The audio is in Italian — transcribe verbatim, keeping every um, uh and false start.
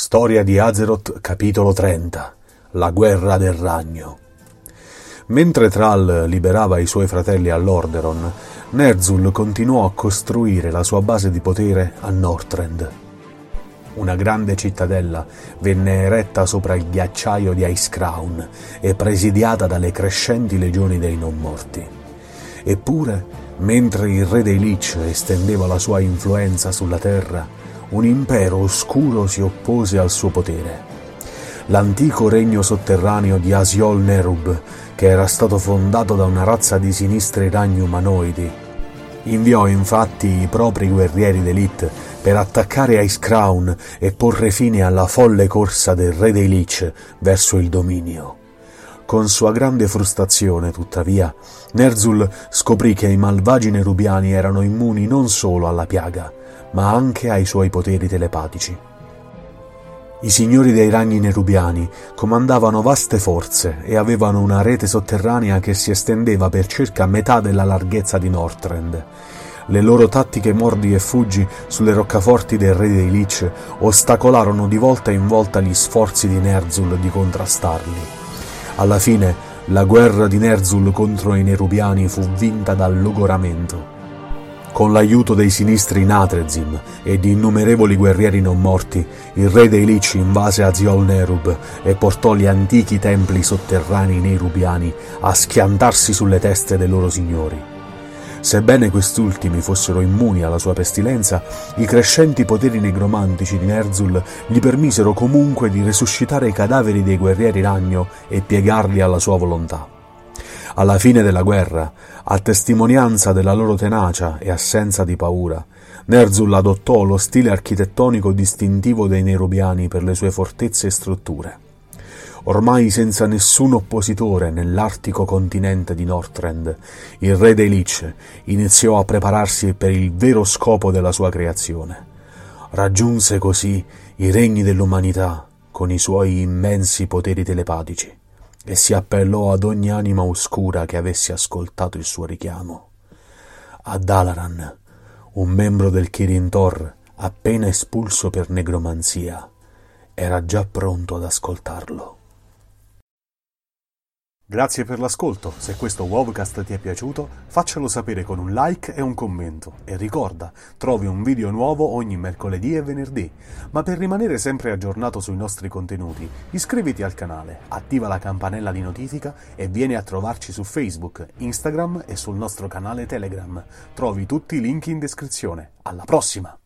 Storia di Azeroth, capitolo trenta. La guerra del ragno. Mentre Thrall liberava i suoi fratelli a Lordaeron, Ner'zhul continuò a costruire la sua base di potere a Northrend. Una grande cittadella venne eretta sopra il ghiacciaio di Icecrown e presidiata dalle crescenti legioni dei non morti. Eppure, mentre il re dei Lich estendeva la sua influenza sulla terra, un impero oscuro si oppose al suo potere. L'antico regno sotterraneo di Asiol-Nerub, che era stato fondato da una razza di sinistri ragni umanoidi, inviò infatti i propri guerrieri d'élite per attaccare Icecrown e porre fine alla folle corsa del re dei Lich verso il dominio. Con sua grande frustrazione, tuttavia, Ner'zhul scoprì che i malvagi nerubiani erano immuni non solo alla piaga, ma anche ai suoi poteri telepatici. I signori dei ragni nerubiani comandavano vaste forze e avevano una rete sotterranea che si estendeva per circa metà della larghezza di Northrend. Le loro tattiche mordi e fuggi sulle roccaforti del re dei Lich ostacolarono di volta in volta gli sforzi di Ner'zhul di contrastarli. Alla fine, la guerra di Ner'zhul contro i nerubiani fu vinta dal logoramento. Con l'aiuto dei sinistri Nathrezim e di innumerevoli guerrieri non morti, il re dei Lich invase Asiol-Nerub e portò gli antichi templi sotterranei nerubiani a schiantarsi sulle teste dei loro signori. Sebbene quest'ultimi fossero immuni alla sua pestilenza, i crescenti poteri negromantici di Ner'zhul gli permisero comunque di resuscitare i cadaveri dei guerrieri ragno e piegarli alla sua volontà. Alla fine della guerra, a testimonianza della loro tenacia e assenza di paura, Ner'zhul adottò lo stile architettonico distintivo dei nerubiani per le sue fortezze e strutture. Ormai senza nessun oppositore nell'artico continente di Northrend, il re dei Lich iniziò a prepararsi per il vero scopo della sua creazione. Raggiunse così i regni dell'umanità con i suoi immensi poteri telepatici e si appellò ad ogni anima oscura che avesse ascoltato il suo richiamo. A Dalaran, un membro del Kirin Tor, appena espulso per negromanzia, era già pronto ad ascoltarlo. Grazie per l'ascolto, se questo Wowcast ti è piaciuto faccelo sapere con un like e un commento e ricorda, trovi un video nuovo ogni mercoledì e venerdì, ma per rimanere sempre aggiornato sui nostri contenuti iscriviti al canale, attiva la campanella di notifica e vieni a trovarci su Facebook, Instagram e sul nostro canale Telegram, trovi tutti i link in descrizione. Alla prossima!